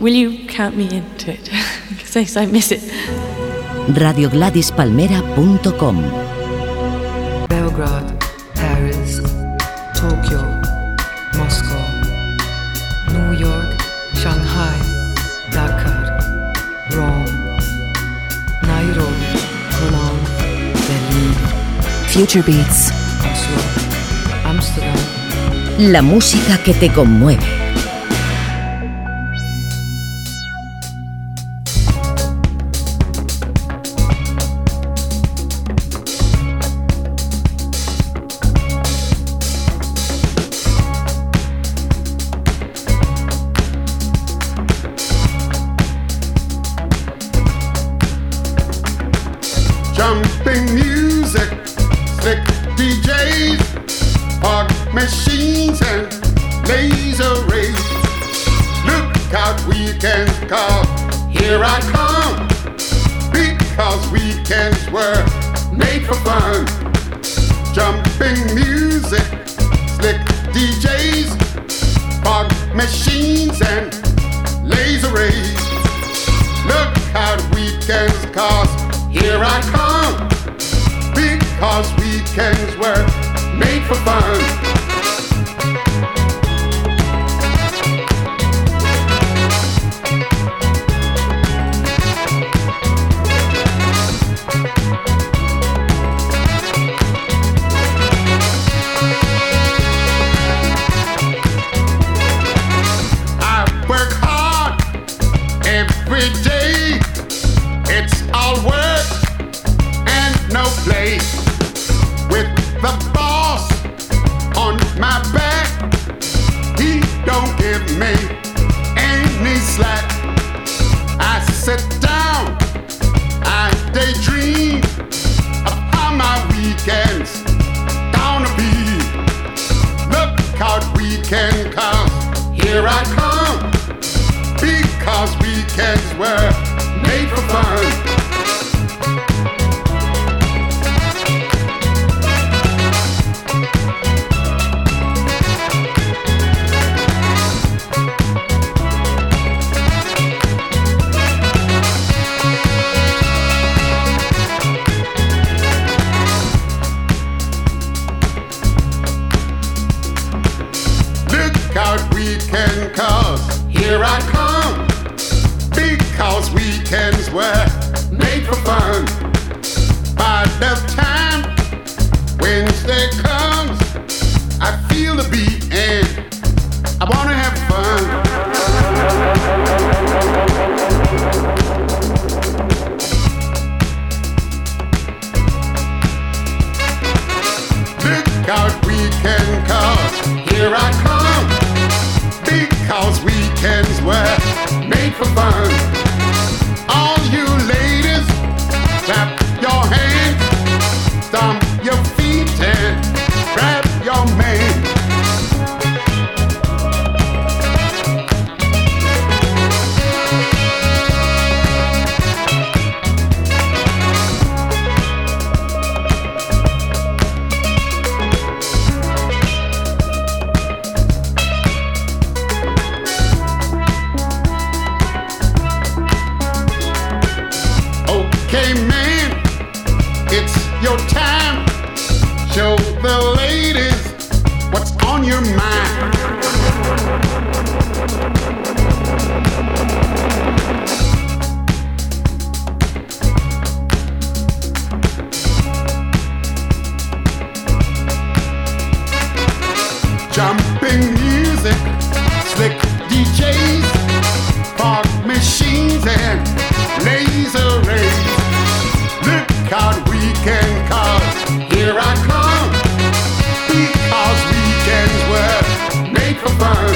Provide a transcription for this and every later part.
Will you count me into it? Because I miss it. RadioGladysPalmera.com. Belgrade, Paris, Tokyo, Moscow, New York, Shanghai, Dakar, Rome, Nairobi, Cologne, Berlin, Future Beats. Oslo, Amsterdam. La música que te conmueve. Jumping music, slick DJs, fog machines and laser rays. Look out weekends, cause here I come. Because weekends were made for fun. Jumping music, slick DJs, fog machines and laser rays. Look out weekends, cause here I come, because weekends were made for fun. I work hard every day. It's all work and no play. With the boss on my back, he don't give me any slack. I sit down, I daydream of how my weekends gonna be. Look out weekend, cause here I come, because weekends were made for fun. Look out weekend, cause here I come, because weekends were made for fun. By the time Wednesday comes, I feel the beat and I wanna have fun. Look out weekend, cause here I come, because weekends were made for fun. All you ladies, clap your hands, stomp your feet and grab your man. Okay, man, it's your time. Show the ladies what's on your mind. Jumping music, slick DJs, fog machines and laser rays. Look out weekend, cause here I come, because weekends were made for fun.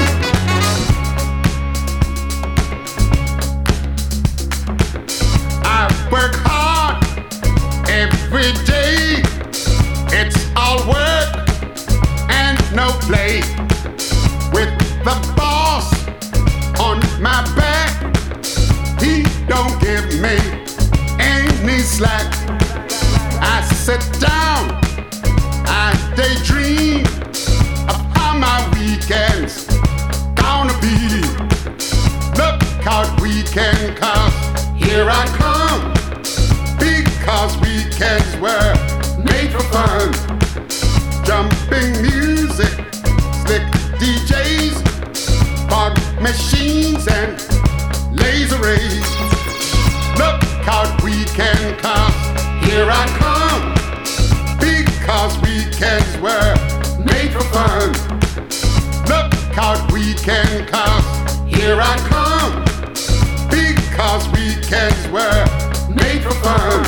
I work hard every day. It's all work and no play. With the boss on my back, he don't give me any slack. I sit down, I daydream of how my weekends gonna be. Look out weekend, 'cause here I come. Because weekends were made for fun. Jumping music, slick DJs, fog machines and laser rays. Look out weekend, 'cause here I come. Because weekends were made for fun. Look out weekend, 'cause here I come. Because weekends were made for fun.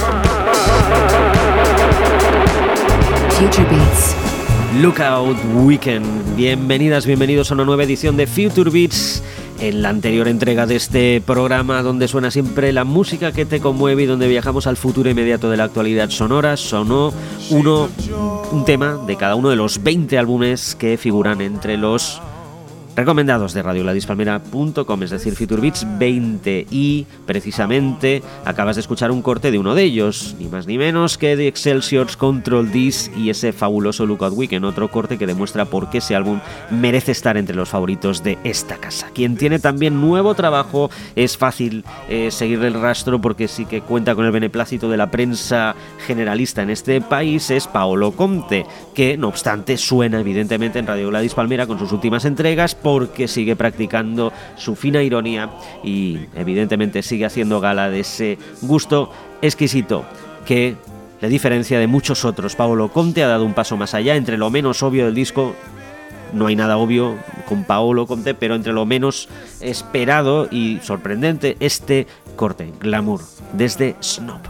Future Beats. Lookout Weekend. Bienvenidas, bienvenidos a una nueva edición de Future Beats. En la anterior entrega de este programa, donde suena siempre la música que te conmueve y donde viajamos al futuro inmediato de la actualidad sonora, sonó un tema de cada uno de los 20 álbumes que figuran entre los recomendados de radioladispalmera.com, es decir, Future Beats 20, y precisamente acabas de escuchar un corte de uno de ellos, ni más ni menos que de Excelsior's Control This y ese fabuloso Lookout Weekend, otro corte que demuestra por qué ese álbum merece estar entre los favoritos de esta casa. Quien tiene también nuevo trabajo, es fácil seguirle el rastro porque sí que cuenta con el beneplácito de la prensa generalista en este país, es Paolo Conte, que no obstante suena evidentemente en Radio Gladys Palmera con sus últimas entregas, porque sigue practicando su fina ironía y evidentemente sigue haciendo gala de ese gusto exquisito que le diferencia de muchos otros. Paolo Conte ha dado un paso más allá. Entre lo menos obvio del disco, no hay nada obvio con Paolo Conte, pero entre lo menos esperado y sorprendente, este corte, Glamour, desde Snob.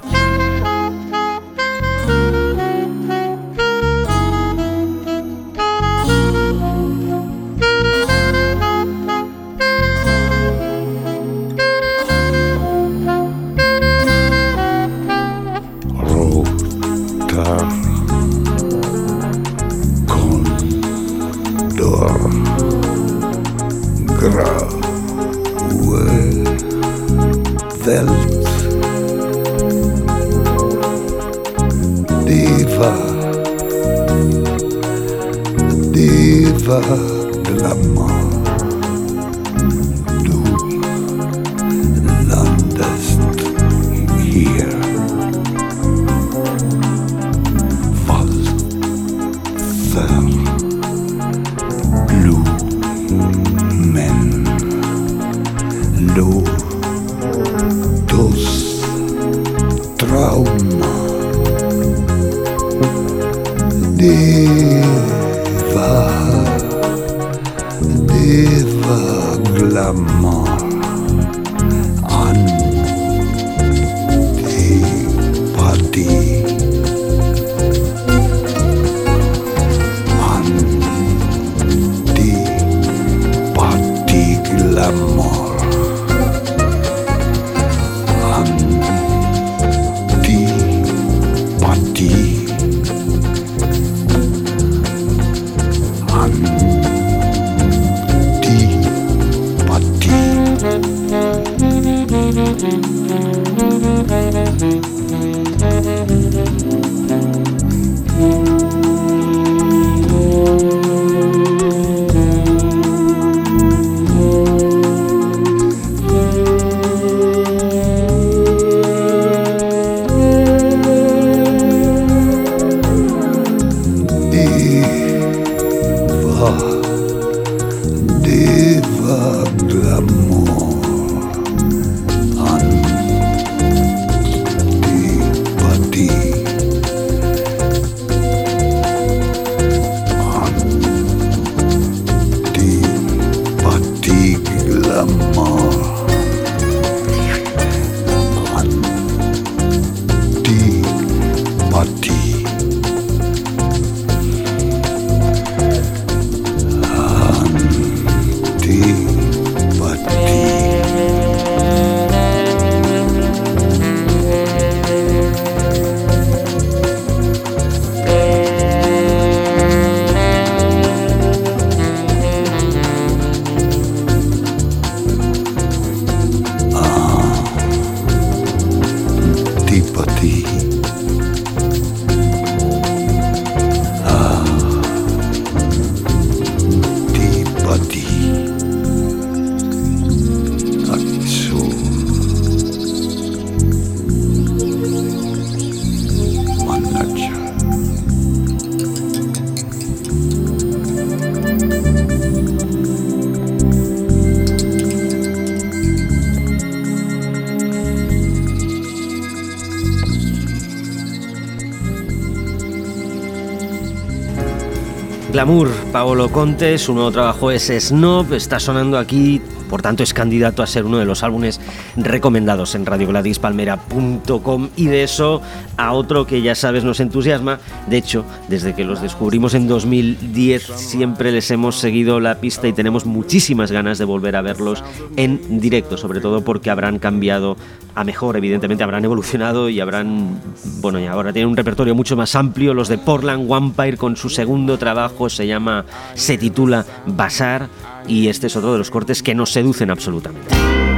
Diva Glamour, du landest hier. Walzer, Blumen, Lotus, Trauma, Diva Glamour, Antipati, Antipati Glamour. Glamour, Paolo Conte, su nuevo trabajo es Snob, está sonando aquí, por tanto es candidato a ser uno de los álbumes recomendados en radiogladys.palmera.com, y de eso a otro que ya sabes nos entusiasma. De hecho, desde que los descubrimos en 2010 siempre les hemos seguido la pista y tenemos muchísimas ganas de volver a verlos en directo, sobre todo porque habrán cambiado a mejor, evidentemente habrán evolucionado y habrán, bueno, y ahora tienen un repertorio mucho más amplio. Los de Portland Vampire, con su segundo trabajo, se titula Bazaar, y este es otro de los cortes que nos seducen absolutamente.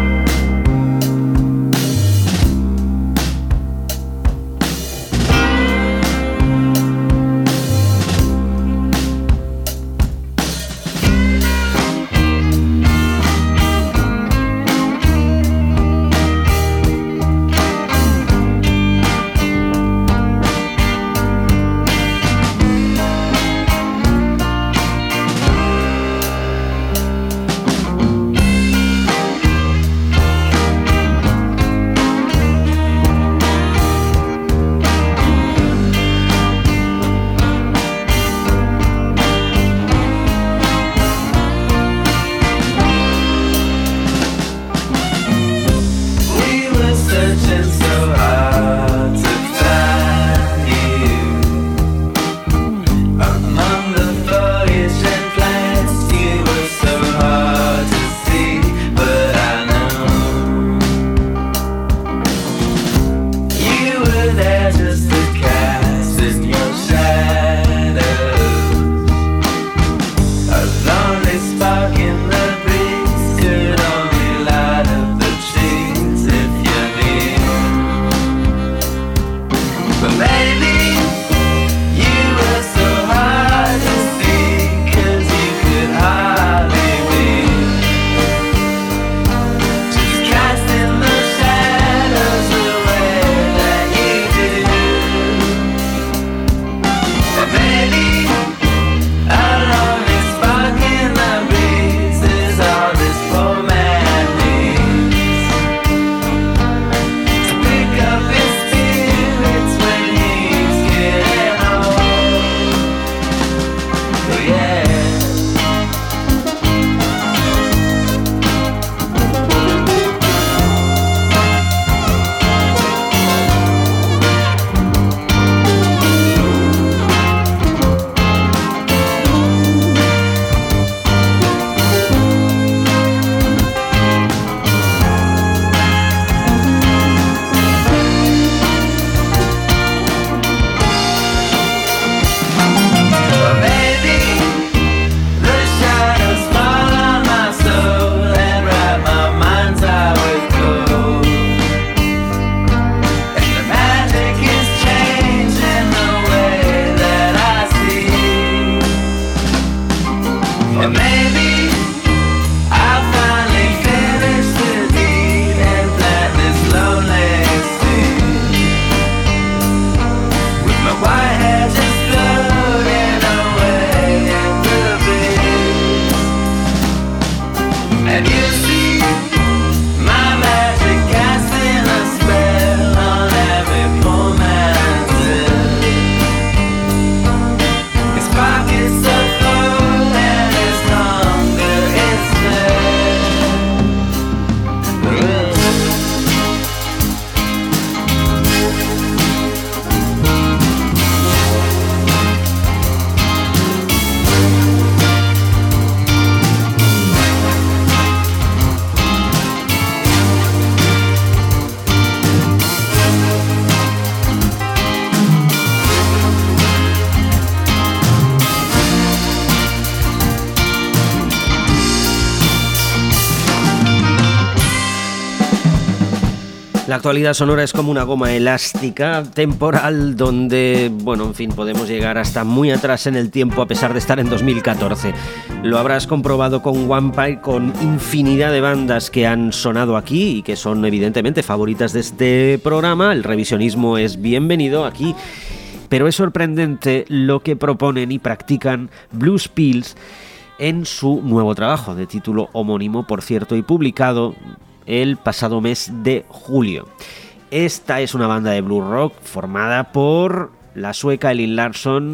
La actualidad sonora es como una goma elástica, temporal, donde, bueno, en fin, podemos llegar hasta muy atrás en el tiempo a pesar de estar en 2014. Lo habrás comprobado con Vampire, con infinidad de bandas que han sonado aquí y que son evidentemente favoritas de este programa. El revisionismo es bienvenido aquí, pero es sorprendente lo que proponen y practican Blues Pills en su nuevo trabajo, de título homónimo, por cierto, y publicado el pasado mes de julio. Esta es una banda de blues rock formada por la sueca Elin Larsson,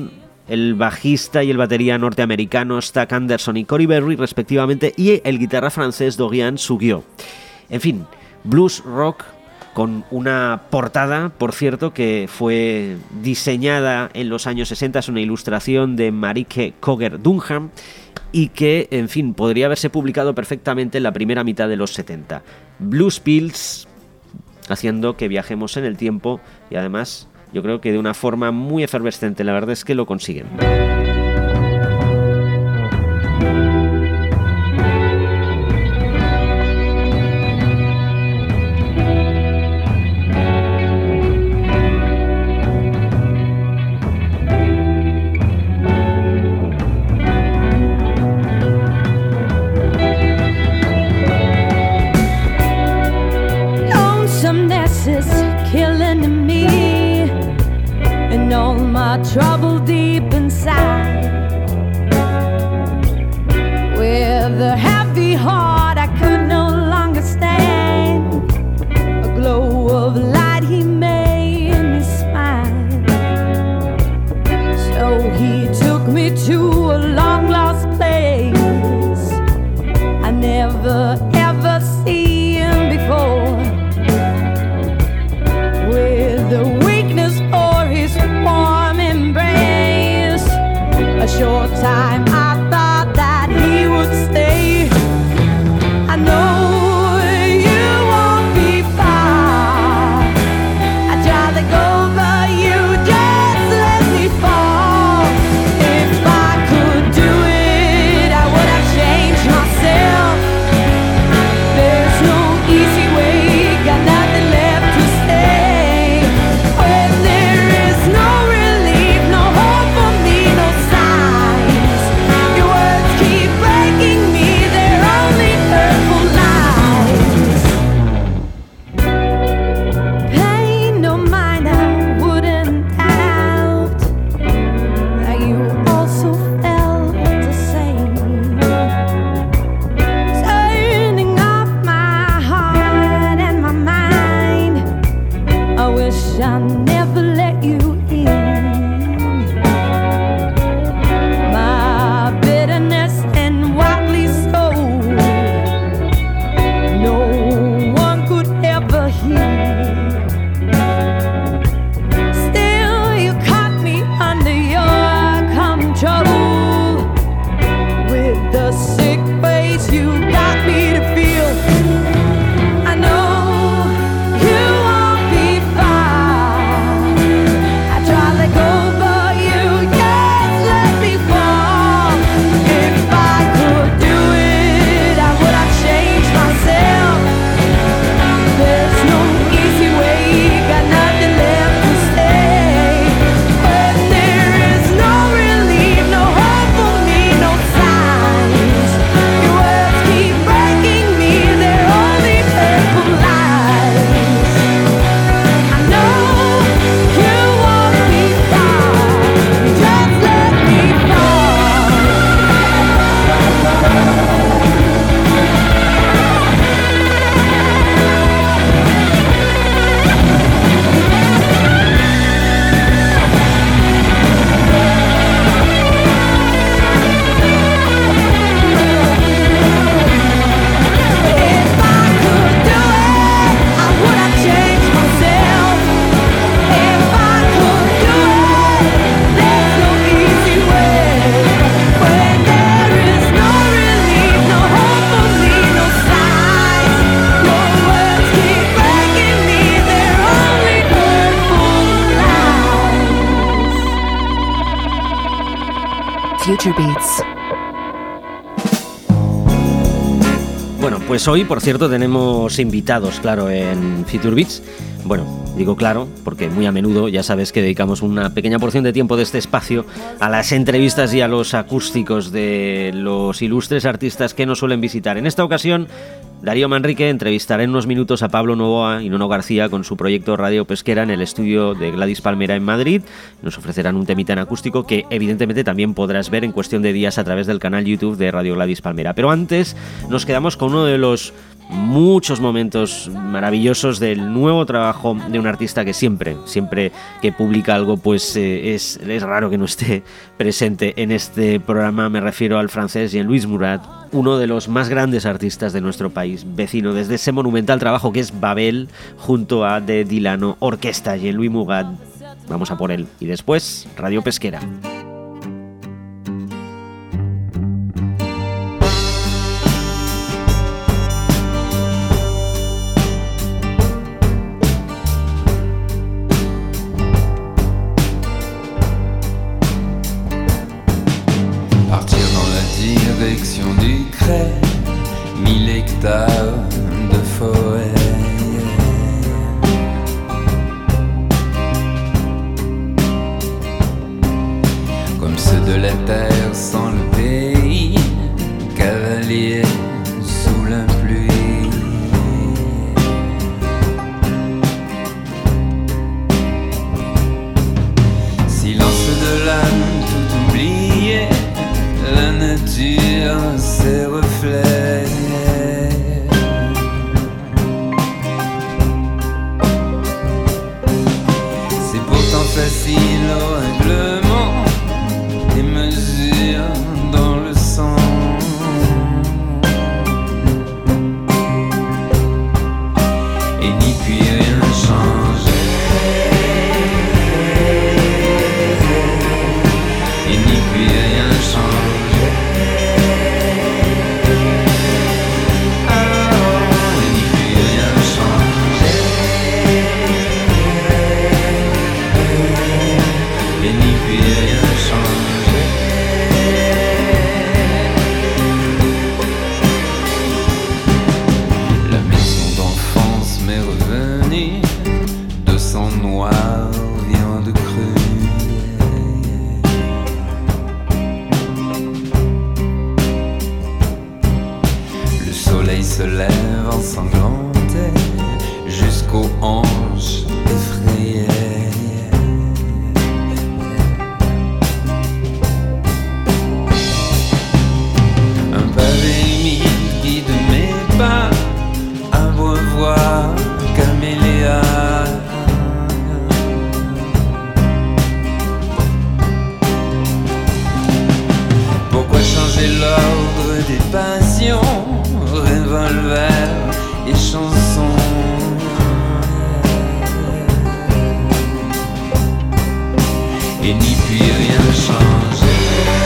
el bajista y el batería norteamericano Stack Anderson y Cory Berry respectivamente, y el guitarra francés Dorian Suguiot. En fin, blues rock con una portada, por cierto, que fue diseñada en los años 60, es una ilustración de Marieke Coger Dunham, y que, en fin, podría haberse publicado perfectamente en la primera mitad de los 70. Blues Pills, haciendo que viajemos en el tiempo, y además yo creo que de una forma muy efervescente. La verdad es que lo consiguen. Killing me and all my trouble deep inside. With a heavy heart I could no longer stand. A glow of light he made me smile. So he took me to a long lost place I never ever seen before. With a weakness for his warm embrace, a short time I thought that he would stay. I know you won't be far. I'd rather go, but you just let me fall. If I could do it, I would have changed myself. There's no easy way, got nothing left to say. I never let you in. My bitterness and wildly so, no one could ever hear. Still you caught me under your control. With the sick face you got me to feel. I know Future Beats. Bueno, pues hoy, por cierto, tenemos invitados, claro, en Future Beats. Bueno, digo claro, porque muy a menudo ya sabes que dedicamos una pequeña porción de tiempo de este espacio a las entrevistas y a los acústicos de los ilustres artistas que nos suelen visitar. En esta ocasión, Darío Manrique entrevistará en unos minutos a Pablo Novoa y Nono García con su proyecto Radio Pesquera en el estudio de Gladys Palmera en Madrid. Nos ofrecerán un temita en acústico que evidentemente también podrás ver en cuestión de días a través del canal YouTube de Radio Gladys Palmera. Pero antes nos quedamos con uno de los muchos momentos maravillosos del nuevo trabajo trabajo de un artista que siempre que publica algo, pues es raro que no esté presente en este programa. Me refiero al francés Jean-Louis Murat, uno de los más grandes artistas de nuestro país vecino, desde ese monumental trabajo que es Babel, junto a The Dilano Orquesta. Jean-Louis Murat, vamos a por él. Y después, Radio Pesquera. Du Crêt, 1000 hectares de forêt. Comme ceux de la terre sans le pays, cavalier sous la pluie. Silence de l'âme tout oublié, la nature, ses reflets. C'est pourtant facile au règlement, des mesures dans le sang. Et n'y puis rien changer. Et n'y puis rien changer. Se lève ensanglanté jusqu'aux hanches effrayées. Un pavé humide guide mes pas, abreuvoir caméléa. Pourquoi changer l'ordre des passions? Revolver et chansons. Et n'y puis rien changer.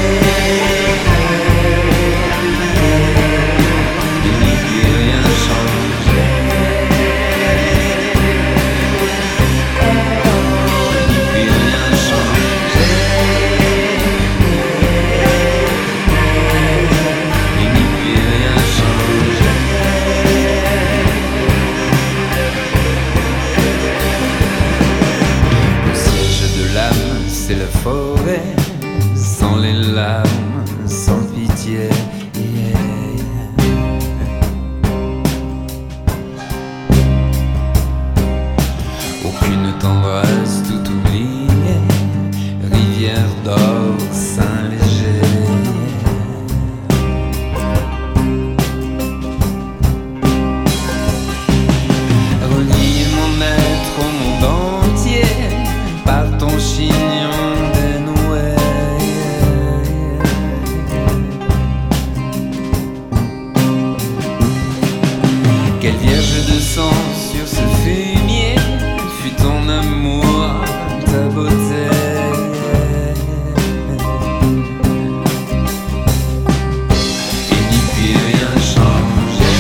Et n'y puis rien changer. Et n'y puis rien changer. Et n'y puis rien changer. C'est la forêt, sans les larmes, sans pitié. Aucune tendresse, tout oublié, rivière d'or, sein léger. Relier mon être au monde entier par ton chignon. Quelle vierge de sang sur ce fumier fut ton amour, ta beauté. Et n'y puis rien changer.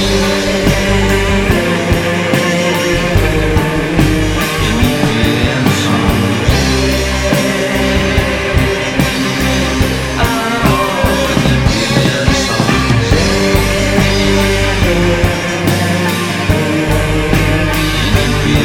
Et n'y puis rien changer. Et n'y puis rien changer. Et n'y puis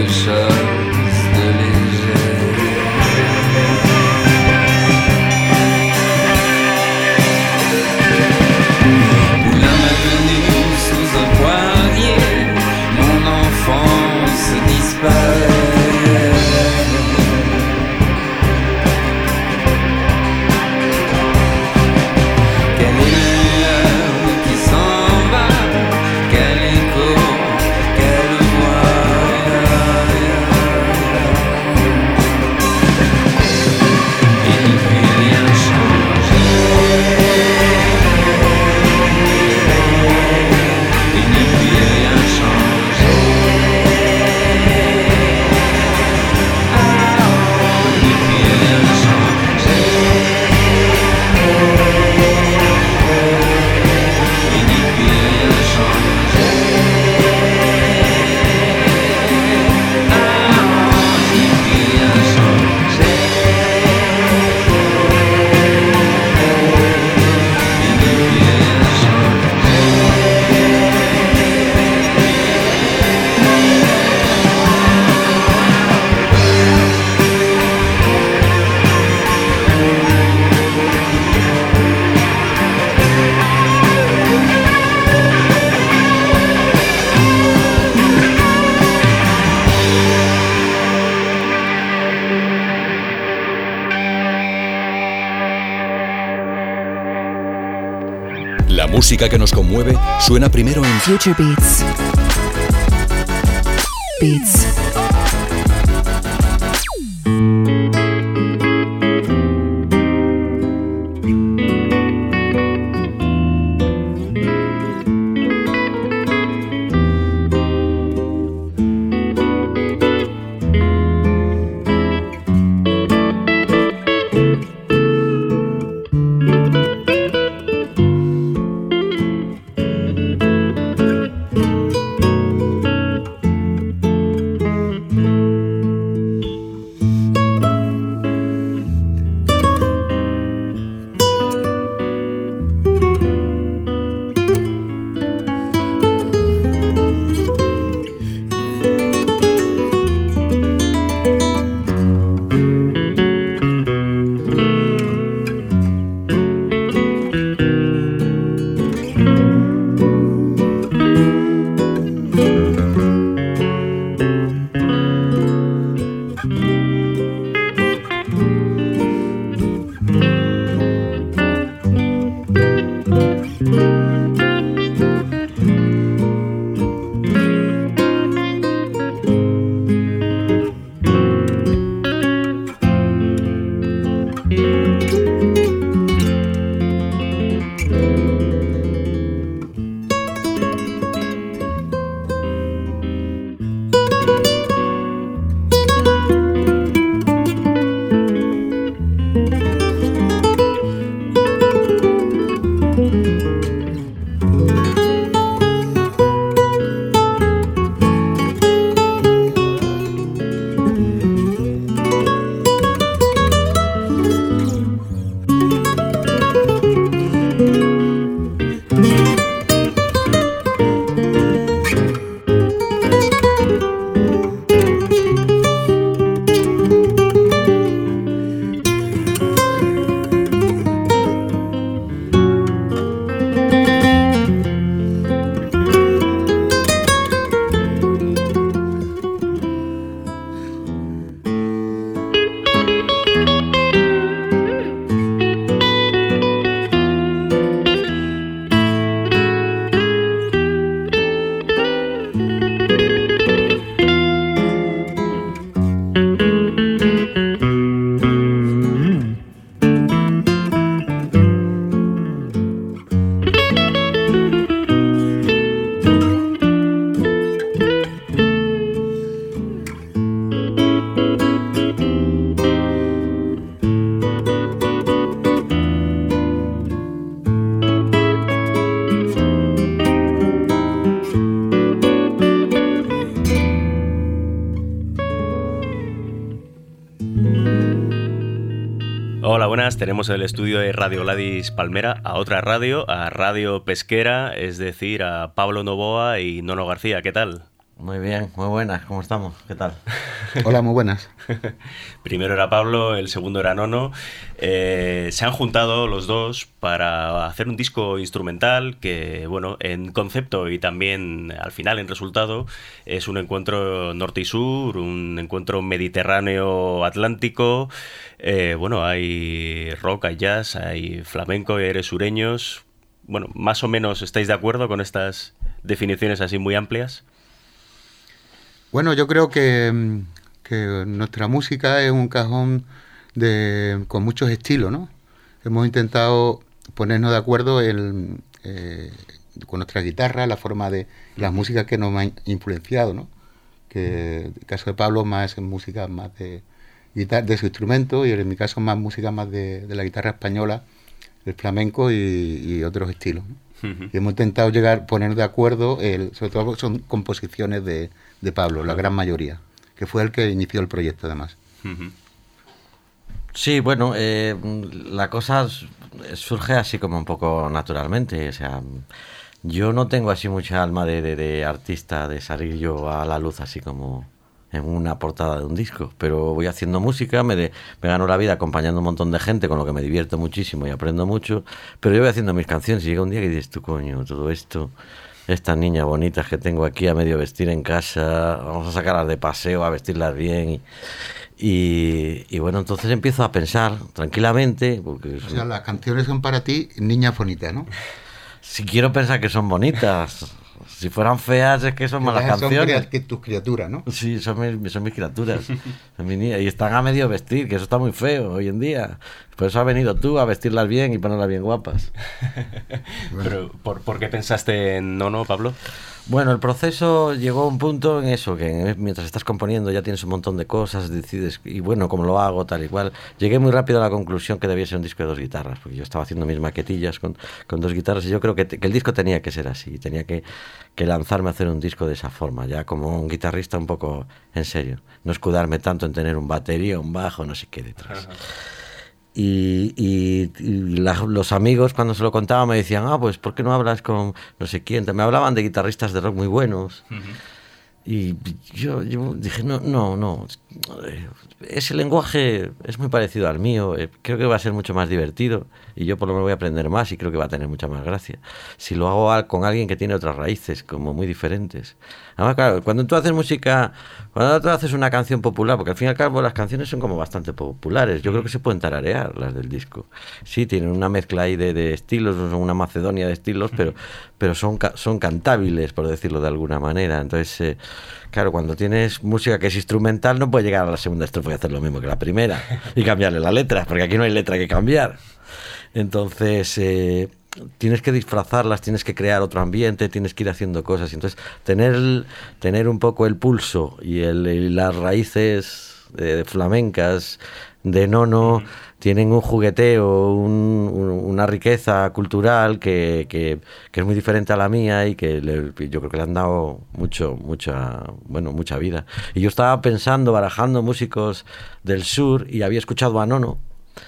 quelque chose de léger. La main venue sous un poignet, mon enfance disparaît. Quelle est l'heure qui s'en va? Quel écho, quelle voix? Et ne peut rien changer. Il ne peut rien changer. Il ne peut rien changer. Il ne peut rien changer. Il ne peut rien changer. Il ne peut rien La música que nos conmueve suena primero en Future Beats. Beats. Hola, buenas. Tenemos el estudio de Radio Gladys Palmera a otra radio, a Radio Pesquera, es decir, a Pablo Novoa y Nono García. ¿Qué tal? Muy bien, muy buenas, ¿cómo estamos? ¿Qué tal? Hola, muy buenas. Primero era Pablo, el segundo era Nono. Se han juntado los dos para hacer un disco instrumental que, bueno, en concepto y también al final en resultado es un encuentro norte y sur, un encuentro mediterráneo-atlántico. Bueno, hay rock, hay jazz, hay flamenco, hay aires sureños. Bueno, más o menos, ¿estáis de acuerdo con estas definiciones así muy amplias? Bueno, yo creo que nuestra música es un cajón con muchos estilos, ¿no? Hemos intentado ponernos de acuerdo con nuestra guitarra, la forma de las músicas que nos han influenciado, ¿no? Que en el caso de Pablo más en música más de su instrumento, y en mi caso más música más de la guitarra española, el flamenco y otros estilos, ¿no? Y hemos intentado ponernos de acuerdo, sobre todo son composiciones de Pablo, la gran mayoría, que fue el que inició el proyecto además. Sí, bueno, la cosa surge así como un poco naturalmente, o sea, yo no tengo así mucha alma de artista, de salir yo a la luz así como en una portada de un disco, pero voy haciendo música, me gano la vida acompañando un montón de gente, con lo que me divierto muchísimo y aprendo mucho, pero yo voy haciendo mis canciones y llega un día que dices tú, coño, todo esto, estas niñas bonitas que tengo aquí a medio vestir en casa, vamos a sacarlas de paseo, a vestirlas bien y bueno, entonces empiezo a pensar tranquilamente, porque o sea, las canciones son para ti niñas bonitas, ¿no? Si quiero pensar que son bonitas. Si fueran feas es que son malas canciones. Son tus criaturas, ¿no? Sí, son mis criaturas. Son mis niñas. Y están a medio vestir, que eso está muy feo hoy en día. Por eso has venido tú a vestirlas bien y ponerlas bien guapas. Pero, ¿por qué pensaste en Nono, Pablo? Bueno, el proceso llegó a un punto en eso, que mientras estás componiendo ya tienes un montón de cosas, decides, y bueno, ¿cómo lo hago? Tal y cual. Llegué muy rápido a la conclusión que debía ser un disco de 2 guitarras, porque yo estaba haciendo mis maquetillas con 2 guitarras, y yo creo que el disco tenía que ser así, tenía que lanzarme a hacer un disco de esa forma, ya como un guitarrista un poco en serio, no escudarme tanto en tener un batería, un bajo, no sé qué detrás. Y los amigos cuando se lo contaba me decían, pues ¿por qué no hablas con no sé quién? Me hablaban de guitarristas de rock muy buenos. Y yo dije, no, ese lenguaje es muy parecido al mío, creo que va a ser mucho más divertido y yo por lo menos voy a aprender más y creo que va a tener mucha más gracia si lo hago con alguien que tiene otras raíces como muy diferentes. Además, claro, cuando tú haces música, cuando tú haces una canción popular, porque al fin y al cabo las canciones son como bastante populares, yo creo que se pueden tararear las del disco. Sí, tienen una mezcla ahí de estilos, son una macedonia de estilos, pero son cantables, por decirlo de alguna manera. Entonces, claro, cuando tienes música que es instrumental no puedes llegar a la segunda estrofa y hacer lo mismo que la primera y cambiarle la letra, porque aquí no hay letra que cambiar. Entonces, tienes que disfrazarlas, tienes que crear otro ambiente, tienes que ir haciendo cosas. Entonces, tener un poco el pulso y las raíces flamencas de Nono tienen un jugueteo, una riqueza cultural que es muy diferente a la mía y que yo creo que le han dado mucha vida. Y yo estaba barajando músicos del sur y había escuchado a Nono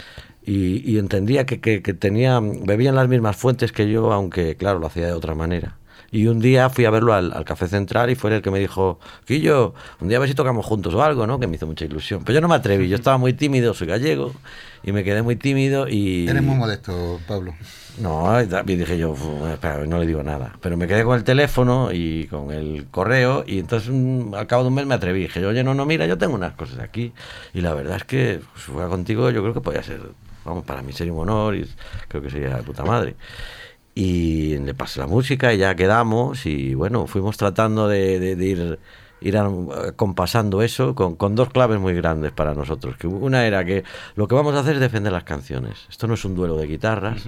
y entendía que bebían las mismas fuentes que yo, aunque claro, lo hacía de otra manera. Y un día fui a verlo al Café Central y fue el que me dijo, Quillo, un día a ver si tocamos juntos o algo, ¿no? Que me hizo mucha ilusión. Pero yo no me atreví, yo estaba muy tímido, soy gallego, y me quedé muy tímido y... Eres muy modesto, Pablo. No, y dije yo, espera, no le digo nada. Pero me quedé con el teléfono y con el correo y entonces al cabo de un mes me atreví. Dije, oye, no, mira, yo tengo unas cosas aquí y la verdad es que si fuera contigo yo creo que podría ser, vamos, para mí sería un honor y creo que sería de puta madre. Y le pasé la música y ya quedamos y bueno, fuimos tratando de ir compasando eso con 2 claves muy grandes para nosotros. Que una era que lo que vamos a hacer es defender las canciones. Esto no es un duelo de guitarras,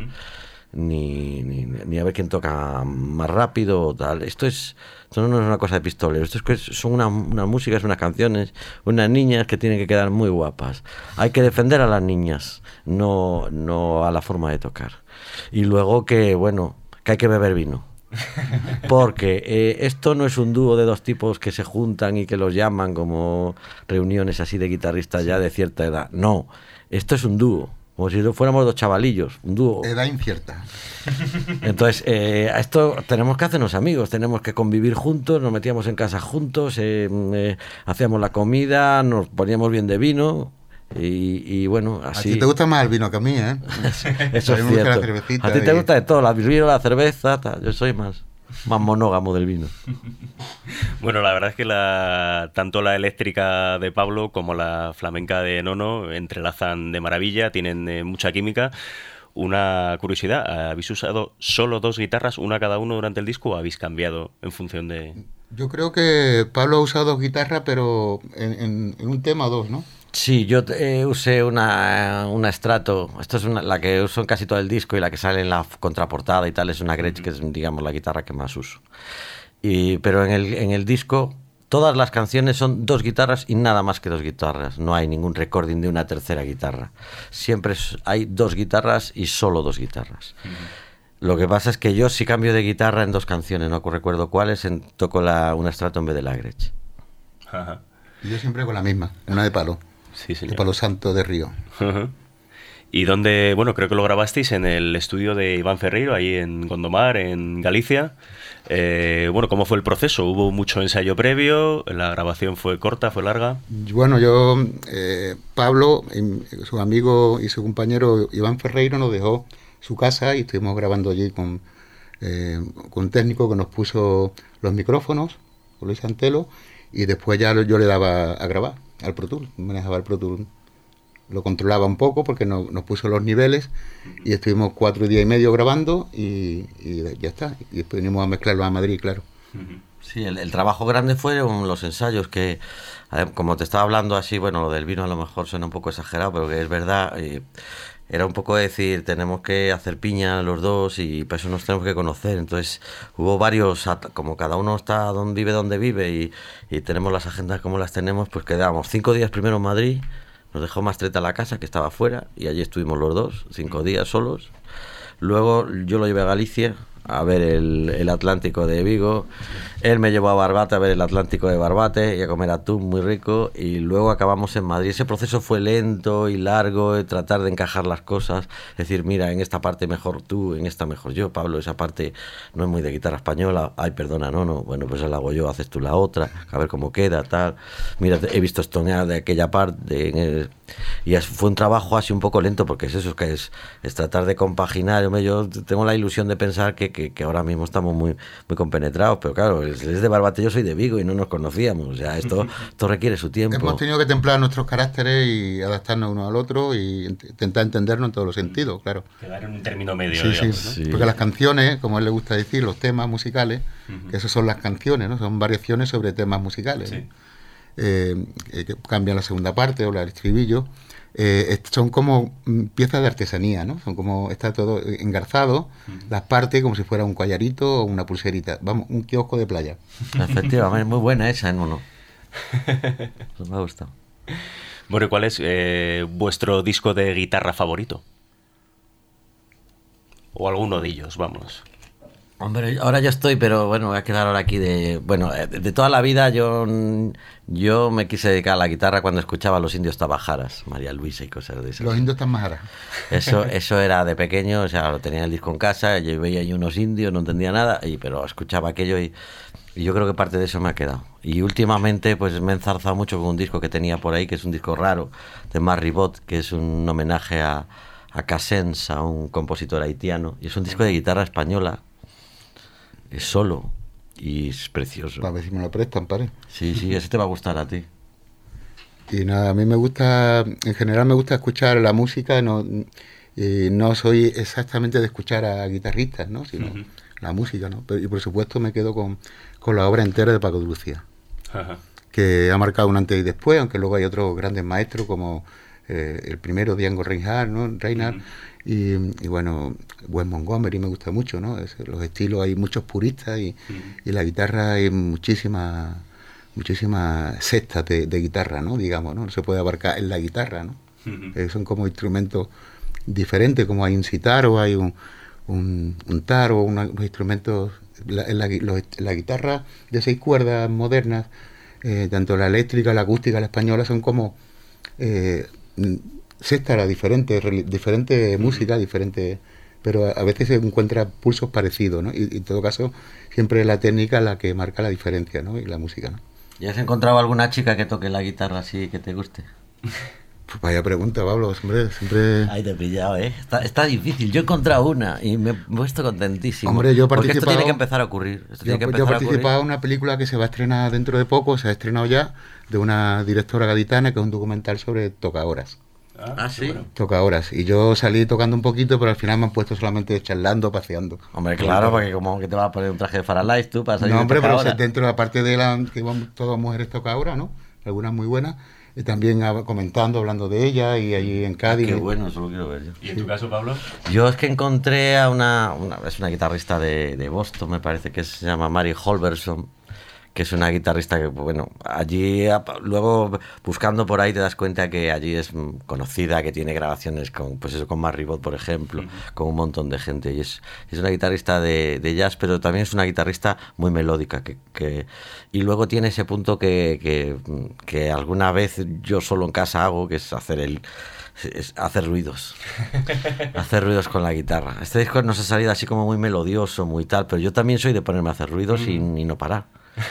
ni a ver quién toca más rápido o tal. Esto no es una cosa de pistoleros, esto es que son unas músicas, unas canciones, unas niñas que tienen que quedar muy guapas. Hay que defender a las niñas, no a la forma de tocar. Y luego que hay que beber vino. Porque esto no es un dúo de 2 tipos que se juntan y que los llaman como reuniones así de guitarristas ya de cierta edad. No, esto es un dúo. como si fuéramos dos chavalillos, un dúo. Edad incierta. Entonces, a esto tenemos que hacernos amigos, tenemos que convivir juntos, nos metíamos en casa juntos, hacíamos la comida, nos poníamos bien de vino y bueno, así... A ti te gusta más el vino que a mí, ¿eh? Eso es cierto. A ti te gusta de todo, el vino, la cerveza, tal. Yo soy más monógamo del vino. Bueno, la verdad es que tanto la eléctrica de Pablo como la flamenca de Nono entrelazan de maravilla, tienen mucha química. Una curiosidad, ¿habéis usado solo 2 guitarras, una cada uno durante el disco, o habéis cambiado en función de...? Yo creo que Pablo ha usado 2 guitarras, pero en un tema o 2, ¿no? Sí, yo usé una Strato, esta es la que uso en casi todo el disco y la que sale en la contraportada y tal, es una Gretsch, que es, digamos, la guitarra que más uso. Pero en el disco todas las canciones son 2 guitarras y nada más que 2 guitarras, no hay ningún recording de una tercera guitarra. Siempre hay 2 guitarras y solo 2 guitarras. Lo que pasa es que yo sí cambio de guitarra en 2 canciones, no recuerdo cuáles, toco una Strato en vez de la Gretsch. Ajá. Y yo siempre con la misma, una de palo. Sí, señor. De Palo Santo de Río. Y donde, bueno, creo que lo grabasteis en el estudio de Iván Ferreiro, ahí en Gondomar, en Galicia. Bueno, ¿cómo fue el proceso? ¿Hubo mucho ensayo previo? ¿La grabación fue corta, fue larga? Bueno, Pablo, su amigo y su compañero Iván Ferreiro nos dejó su casa y estuvimos grabando allí con un técnico que nos puso los micrófonos, con Luis Antelo, y después ya yo le daba a grabar al Pro Tool, manejaba el Pro Tool, lo controlaba un poco porque nos puso los niveles y estuvimos 4 días y medio grabando y ya está, y después vinimos a mezclarlo a Madrid, claro. Sí, el trabajo grande fueron los ensayos, que como te estaba hablando así, bueno, lo del vino a lo mejor suena un poco exagerado, pero que es verdad, era un poco decir, tenemos que hacer piña los dos y para eso nos tenemos que conocer. Entonces hubo varios, como cada uno está donde vive y tenemos las agendas como las tenemos, pues quedábamos 5 días primero en Madrid, nos dejó Mastreta la casa, que estaba afuera, y allí estuvimos los dos, 5 días solos. Luego yo lo llevé a Galicia a ver el Atlántico de Vigo, él me llevó a Barbate a ver el Atlántico de Barbate y a comer atún muy rico, y luego acabamos en Madrid. Ese proceso fue lento y largo, tratar de encajar las cosas, decir, mira, en esta parte mejor tú, en esta mejor yo, Pablo, esa parte no es muy de guitarra española, ay, perdona, no, bueno, pues la hago yo, haces tú la otra, a ver cómo queda, tal, mira, he visto estonear de aquella parte, y fue un trabajo así un poco lento, porque es eso, que es tratar de compaginar. Yo tengo la ilusión de pensar que ahora mismo estamos muy compenetrados, pero claro, él es de Barbate, yo soy de Vigo y no nos conocíamos, o sea, esto requiere su tiempo. Hemos tenido que templar nuestros caracteres y adaptarnos uno al otro y intentar entendernos en todos los sentidos, claro. Quedar en un término medio, sí, digamos, sí, ¿no? Sí. Porque las canciones, como a él le gusta decir, los temas musicales, que esas son las canciones, ¿no? Son variaciones sobre temas musicales, sí. Que cambian la segunda parte o el estribillo. Son como piezas de artesanía, ¿no? Son como, está todo engarzado, las partes como si fuera un collarito o una pulserita, vamos, un kiosco de playa. Efectivamente, muy buena esa, ¿no? Me ha gustado. Bueno, ¿y cuál es vuestro disco de guitarra favorito? O alguno de ellos, vamos. Hombre, ahora yo estoy, pero bueno, voy a quedar ahora aquí de toda la vida yo me quise dedicar a la guitarra cuando escuchaba a los Indios Tabajaras, María Luisa y cosas de esas. Los Indios Tabajaras. Eso era de pequeño, o sea, lo tenía el disco en casa, yo veía ahí unos indios, no entendía nada, pero escuchaba aquello y yo creo que parte de eso me ha quedado. Y últimamente pues me he enzarzado mucho con un disco que tenía por ahí, que es un disco raro, de Marc Ribot, que es un homenaje a Casens, a un compositor haitiano, y es un disco de guitarra española. Es solo y es precioso. A ver si me lo prestan, pare. Sí, ese te va a gustar a ti. Y nada, a mí me gusta, en general me gusta escuchar la música, no soy exactamente de escuchar a guitarristas, ¿no? Sino la música, ¿no? Y por supuesto me quedo con la obra entera de Paco de Lucía, que ha marcado un antes y después, aunque luego hay otros grandes maestros como el primero, Django Reinhardt, ¿no? Y bueno, Wes Montgomery me gusta mucho, ¿no? Los estilos, hay muchos puristas y la guitarra hay muchísimas cestas de guitarra, ¿no? Digamos, ¿no? No se puede abarcar en la guitarra, ¿no? Son como instrumentos diferentes, como hay un sitar o hay un tar o unos instrumentos, la guitarra de 6 cuerdas modernas, tanto la eléctrica, la acústica, la española, son como sexta era diferente música, diferente, pero a veces se encuentra pulsos parecidos, ¿no? Y en todo caso, siempre es la técnica la que marca la diferencia, ¿no? Y la música, ¿no? ¿Y has encontrado alguna chica que toque la guitarra así que te guste? Pues vaya pregunta, Pablo, siempre... Ay, te he pillado, ¿eh? Está difícil. Yo he encontrado una y me he puesto contentísimo. Hombre, yo he porque participado... esto tiene que empezar a ocurrir. Yo he participado en una película que se va a estrenar dentro de poco, se ha estrenado ya, de una directora gaditana, que es un documental sobre tocahoras. Sí. Bueno. Tocahoras. Y yo salí tocando un poquito, pero al final me han puesto solamente charlando, paseando. Hombre, claro, porque como que te vas a poner un traje de Faralight tú para salir. No, hombre, pero dentro, aparte de que íbamos todas mujeres tocahoras, ¿no? Algunas muy buenas. Y también comentando, hablando de ella, y allí en Cádiz. Qué bueno, eso lo quiero ver yo. ¿Y en tu caso, Pablo? Yo es que encontré a es una guitarrista de Boston, me parece que se llama Mary Holverson, que es una guitarrista que, bueno, allí, luego buscando por ahí te das cuenta que allí es conocida, que tiene grabaciones con Mark Ribot, por ejemplo, con un montón de gente, y es una guitarrista de jazz, pero también es una guitarrista muy melódica, y luego tiene ese punto que alguna vez yo solo en casa hago, que es hacer ruidos. Hacer ruidos con la guitarra. Este disco nos ha salido así como muy melodioso, muy tal, pero yo también soy de ponerme a hacer ruidos y no parar.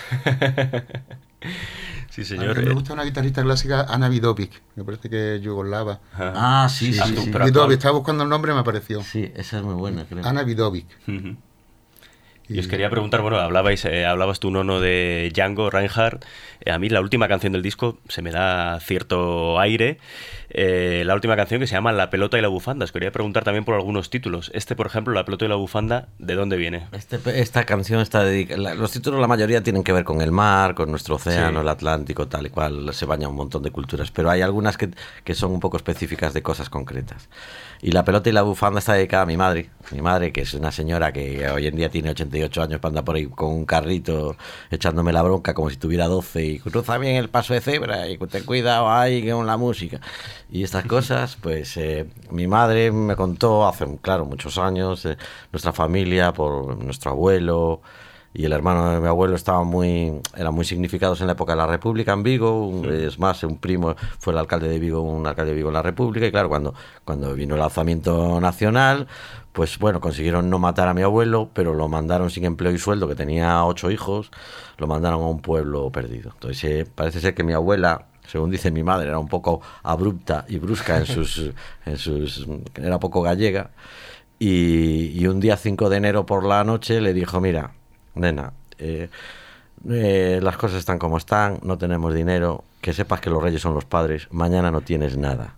Sí, señor. A mí me gusta una guitarrista clásica, Ana Vidovic, me parece que es yugoslava. Sí. Vidovic, estaba buscando el nombre y me apareció. Sí, esa es muy buena, creo. Ana Vidovic. Y os quería preguntar, bueno, hablabas tú, Nono, de Django Reinhardt. A mí la última canción del disco se me da cierto aire. La última canción, que se llama La pelota y la bufanda. Os quería preguntar también por algunos títulos. Por ejemplo, La pelota y la bufanda, ¿de dónde viene? Esta canción está dedicada... Los títulos, la mayoría, tienen que ver con el mar, con nuestro océano, el Atlántico, tal y cual. Se baña un montón de culturas. Pero hay algunas que son un poco específicas de cosas concretas. Y La pelota y la bufanda está dedicada a mi madre. Mi madre, que es una señora que hoy en día tiene 88 años, para andar por ahí con un carrito echándome la bronca como si tuviera 12, y cruza bien el paso de cebra y ten cuidado ahí con la música y estas cosas. Pues mi madre me contó hace, claro, muchos años, nuestra familia, por nuestro abuelo y el hermano de mi abuelo eran muy significados en la época de la República en Vigo. Es más, un primo fue un alcalde de Vigo en la República, y claro, cuando vino el alzamiento nacional, pues bueno, consiguieron no matar a mi abuelo, pero lo mandaron sin empleo y sueldo, que tenía 8 hijos, lo mandaron a un pueblo perdido. Entonces parece ser que mi abuela, según dice mi madre, era un poco abrupta y brusca era poco gallega, y un día 5 de enero por la noche le dijo: mira, nena, las cosas están como están, no tenemos dinero, que sepas que los reyes son los padres, mañana no tienes nada.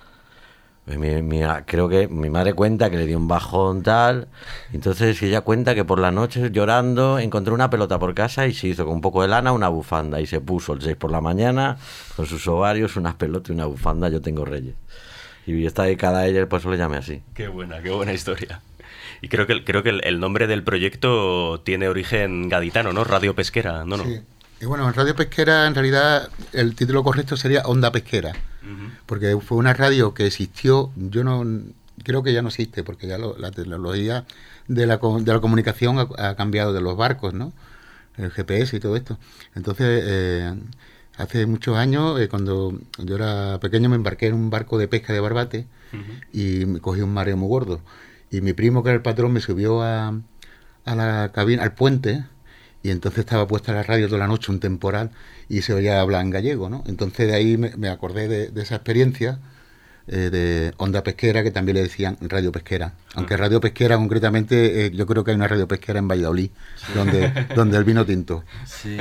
Creo que mi madre cuenta que le dio un bajón tal, entonces ella cuenta que por la noche, llorando, encontró una pelota por casa y se hizo con un poco de lana una bufanda, y se puso el 6 por la mañana con sus ovarios, unas pelotas y una bufanda. Yo tengo reyes, y está dedicada a ella, por eso le llamé así. Qué buena historia. Y creo que el nombre del proyecto tiene origen gaditano, ¿no? Radio Pesquera, ¿no? Sí. Y bueno, en Radio Pesquera, en realidad, el título correcto sería Onda Pesquera, porque fue una radio que existió, yo no creo que ya no existe, porque ya la tecnología de la comunicación ha cambiado, de los barcos, ¿no? El GPS y todo esto. Entonces, hace muchos años, cuando yo era pequeño, me embarqué en un barco de pesca de Barbate y me cogí un mareo muy gordo. Y mi primo, que era el patrón, me subió a la cabina, al puente, y entonces estaba puesta la radio toda la noche, un temporal, y se oía hablar en gallego, ¿no? Entonces de ahí me acordé de esa experiencia de Onda Pesquera, que también le decían Radio Pesquera. Aunque Radio Pesquera, concretamente, yo creo que hay una Radio Pesquera en Valladolid, donde el vino tinto. Sí.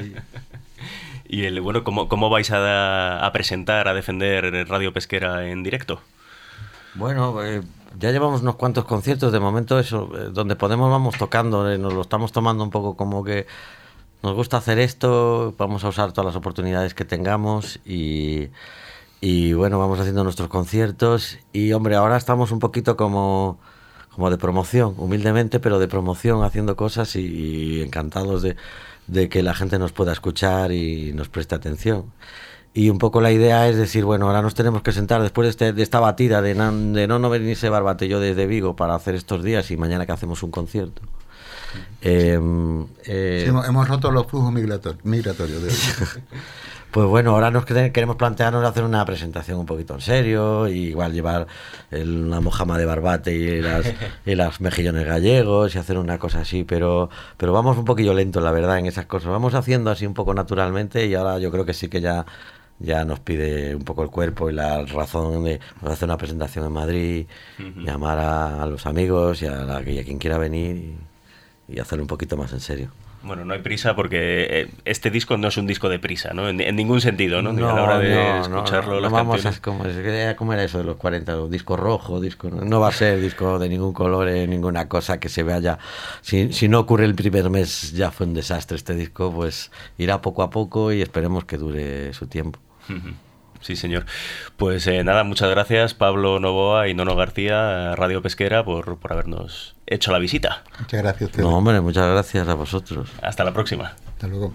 Y ¿cómo vais a presentar, a defender Radio Pesquera en directo? Bueno, ya llevamos unos cuantos conciertos, de momento eso, donde podemos vamos tocando, nos lo estamos tomando un poco como que nos gusta hacer esto, vamos a usar todas las oportunidades que tengamos y bueno, vamos haciendo nuestros conciertos y hombre, ahora estamos un poquito como de promoción, humildemente, pero de promoción, haciendo cosas y encantados de que la gente nos pueda escuchar y nos preste atención. Y un poco la idea es decir, bueno, ahora nos tenemos que sentar después de esta batida de no venirse Barbate yo desde Vigo para hacer estos días y mañana que hacemos un concierto. Sí, hemos roto los flujos migratorios de hoy. Pues bueno, ahora nos queremos plantearnos hacer una presentación un poquito en serio, y igual llevar una mojama de barbate y las mejillones gallegos y hacer una cosa así, pero vamos un poquillo lento, la verdad, en esas cosas. Vamos haciendo así un poco naturalmente, y ahora yo creo que sí que ya nos pide un poco el cuerpo y la razón de hacer una presentación en Madrid, llamar a los amigos y a quien quiera venir y hacerlo un poquito más en serio. Bueno, no hay prisa porque este disco no es un disco de prisa, ¿no? En ningún sentido, ¿no? Ni a la hora de escucharlo, las vamos canciones. ¿Cómo era eso de los 40? Disco rojo, no va a ser disco de ningún color, ninguna cosa que se vaya. Si no ocurre el primer mes, ya fue un desastre este disco, pues irá poco a poco y esperemos que dure su tiempo. Sí, señor. Pues nada, muchas gracias Pablo Novoa y Nono García, Radio Pesquera, por habernos hecho la visita. Muchas gracias a ustedes. No, hombre, muchas gracias a vosotros. Hasta la próxima. Hasta luego.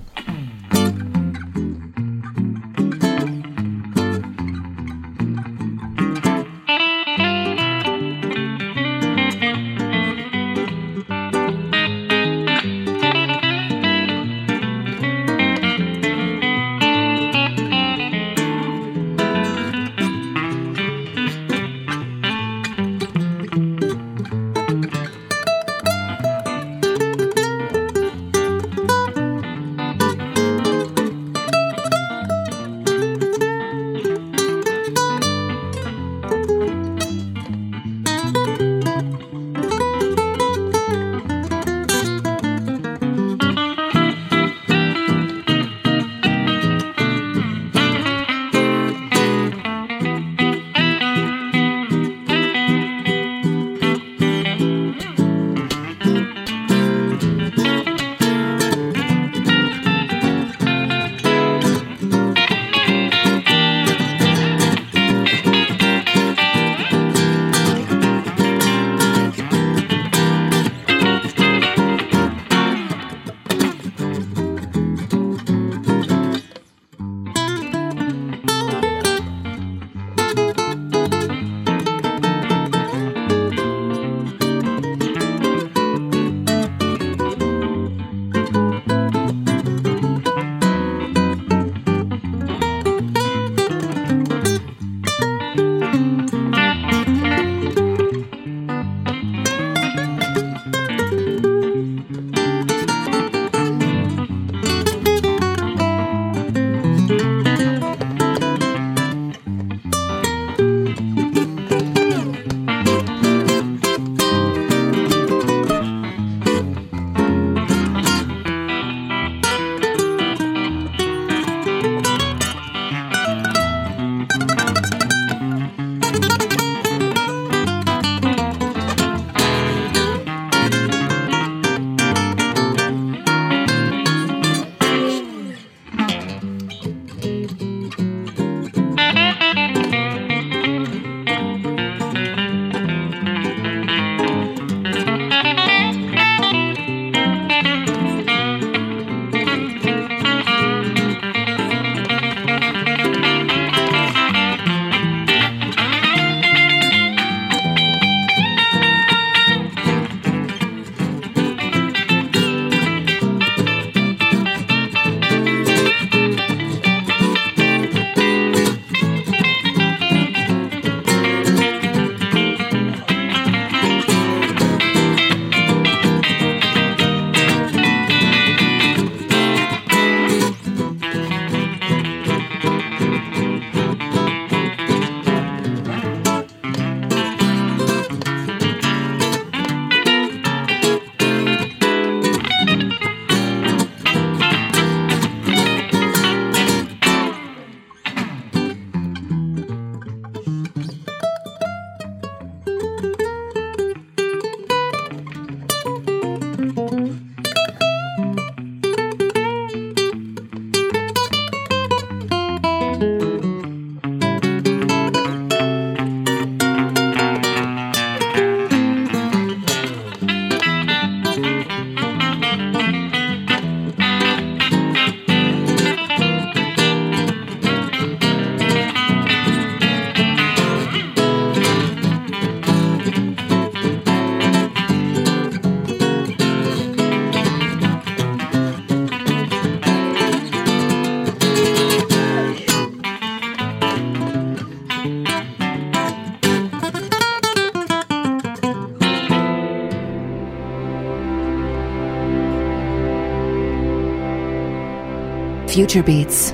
Future Beats.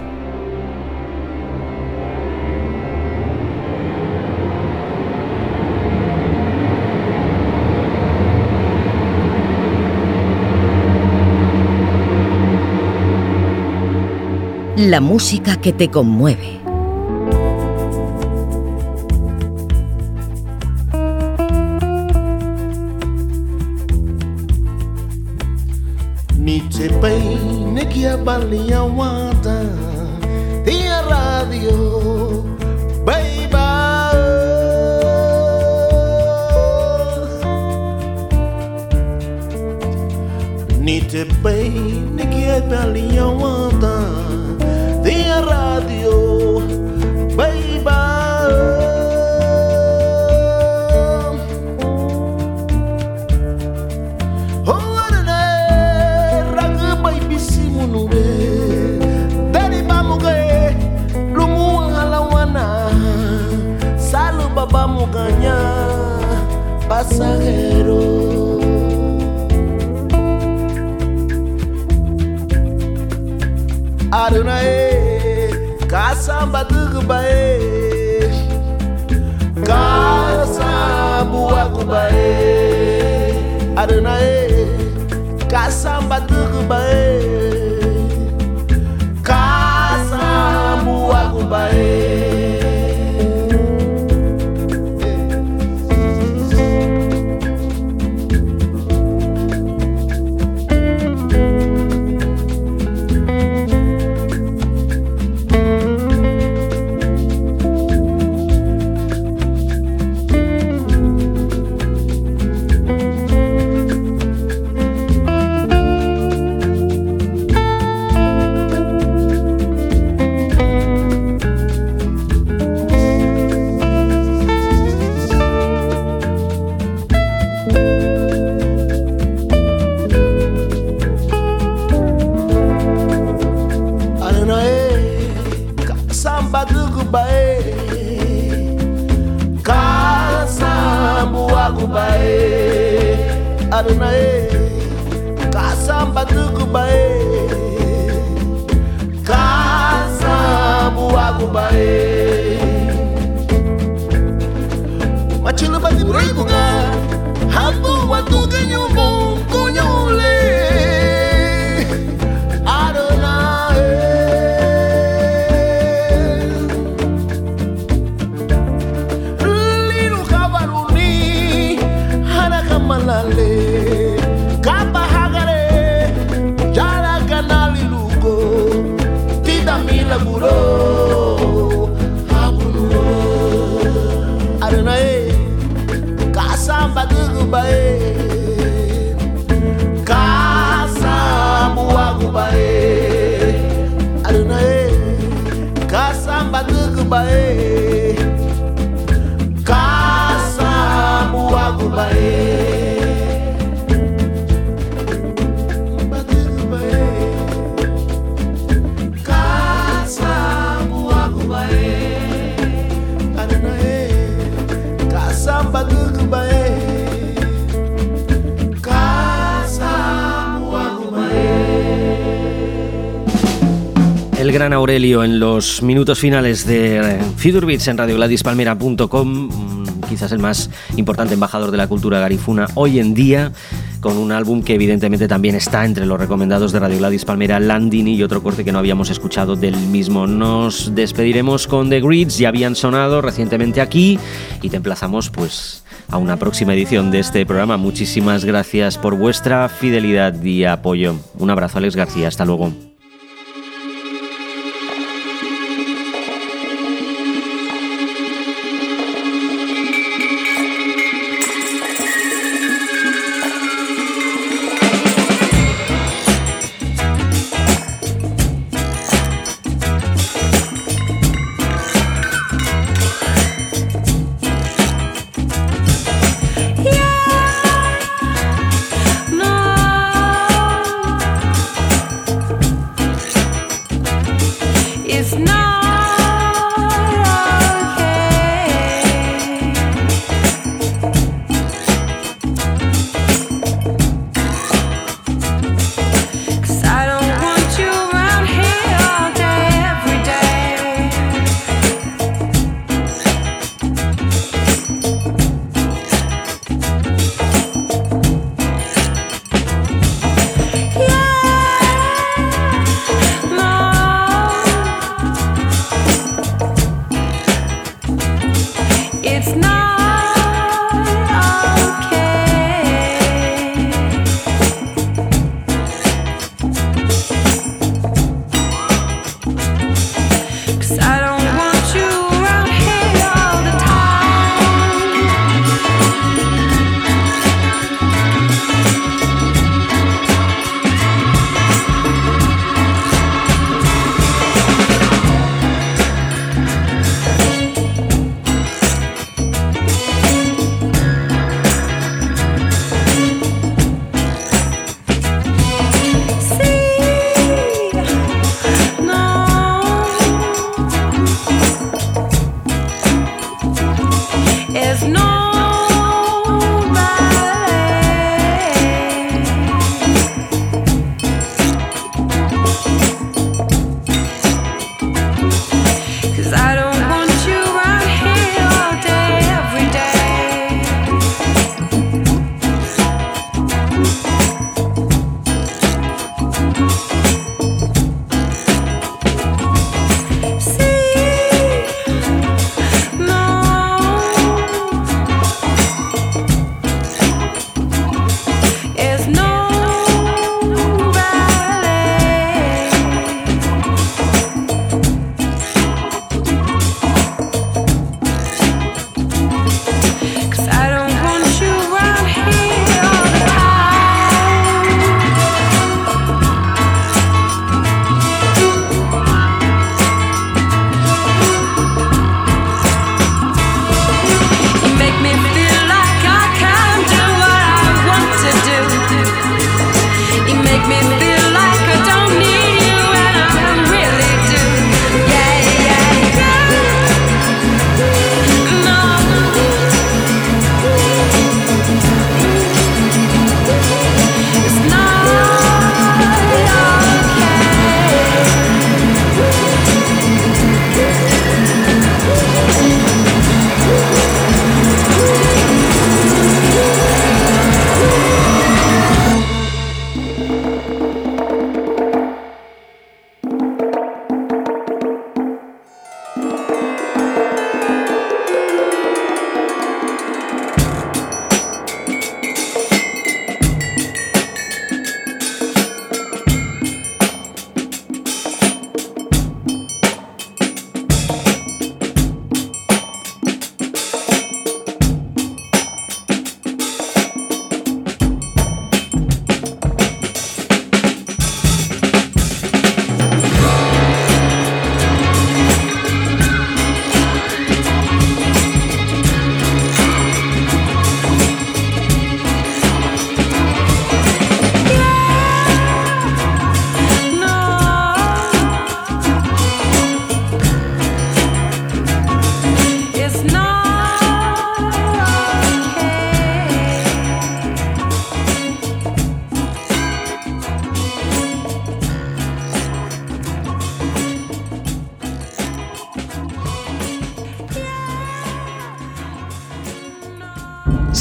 La música que te conmueve. Niche peine que abalia wata Tia radio baby Niche peine que abalia wata Tia radio baby Vamos ganhar passageiro Arunae Kasamba dugubae Kasambu akubae Arunae Kasamba dugubae Kasambu akubae Arunae Kasamba dugubae Kasambu akubae Machilo badi braibuga Hambu watuga nyumbu kunyule Arunae Liru kabaruni Hanakamalale Guro Abunu Arunae Kasamba dugubae Kasambu akubae Arunae Kasamba dugubae Kasambu akubae El gran Aurelio en los minutos finales de Future Beats en radiogladispalmera.com, quizás el más importante embajador de la cultura garifuna hoy en día, con un álbum que evidentemente también está entre los recomendados de Radio Gladys Palmera, Landini, y otro corte que no habíamos escuchado del mismo. Nos despediremos con The Grids, ya habían sonado recientemente aquí, y te emplazamos pues a una próxima edición de este programa. Muchísimas gracias por vuestra fidelidad y apoyo. Un abrazo, Alex García, hasta luego.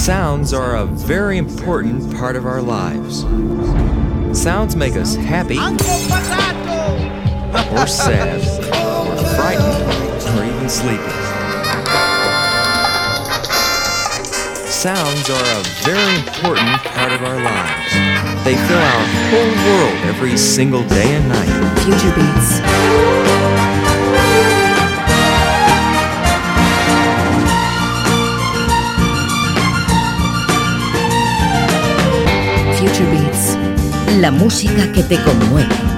Sounds are a very important part of our lives. Sounds make us happy, or sad, or frightened, or even sleepy. Sounds are a very important part of our lives. They fill our whole world every single day and night. Future Beats. Future Beats, la música que te conmueve.